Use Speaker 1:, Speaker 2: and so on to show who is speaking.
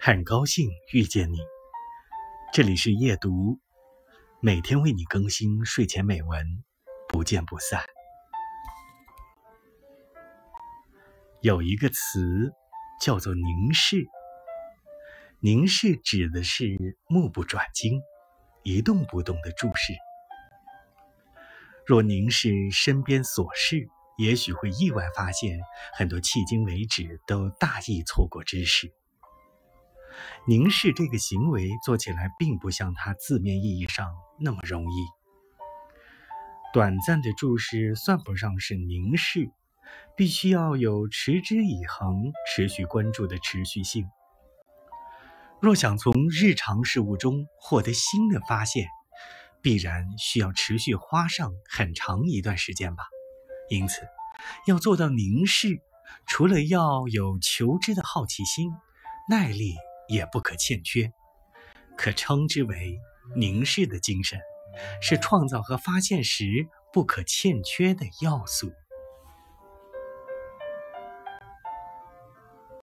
Speaker 1: 很高兴遇见你，这里是夜读，每天为你更新睡前美文，不见不散。有一个词叫做凝视，凝视指的是目不转睛，一动不动的注视。若凝视身边琐事，也许会意外发现很多迄今为止都大意错过之事。凝视这个行为做起来并不像它字面意义上那么容易。短暂的注视算不上是凝视，必须要有持之以恒、持续关注的持续性。若想从日常事物中获得新的发现，必然需要持续花上很长一段时间吧。因此，要做到凝视，除了要有求知的好奇心，耐力也不可欠缺，可称之为凝视的精神，是创造和发现时不可欠缺的要素。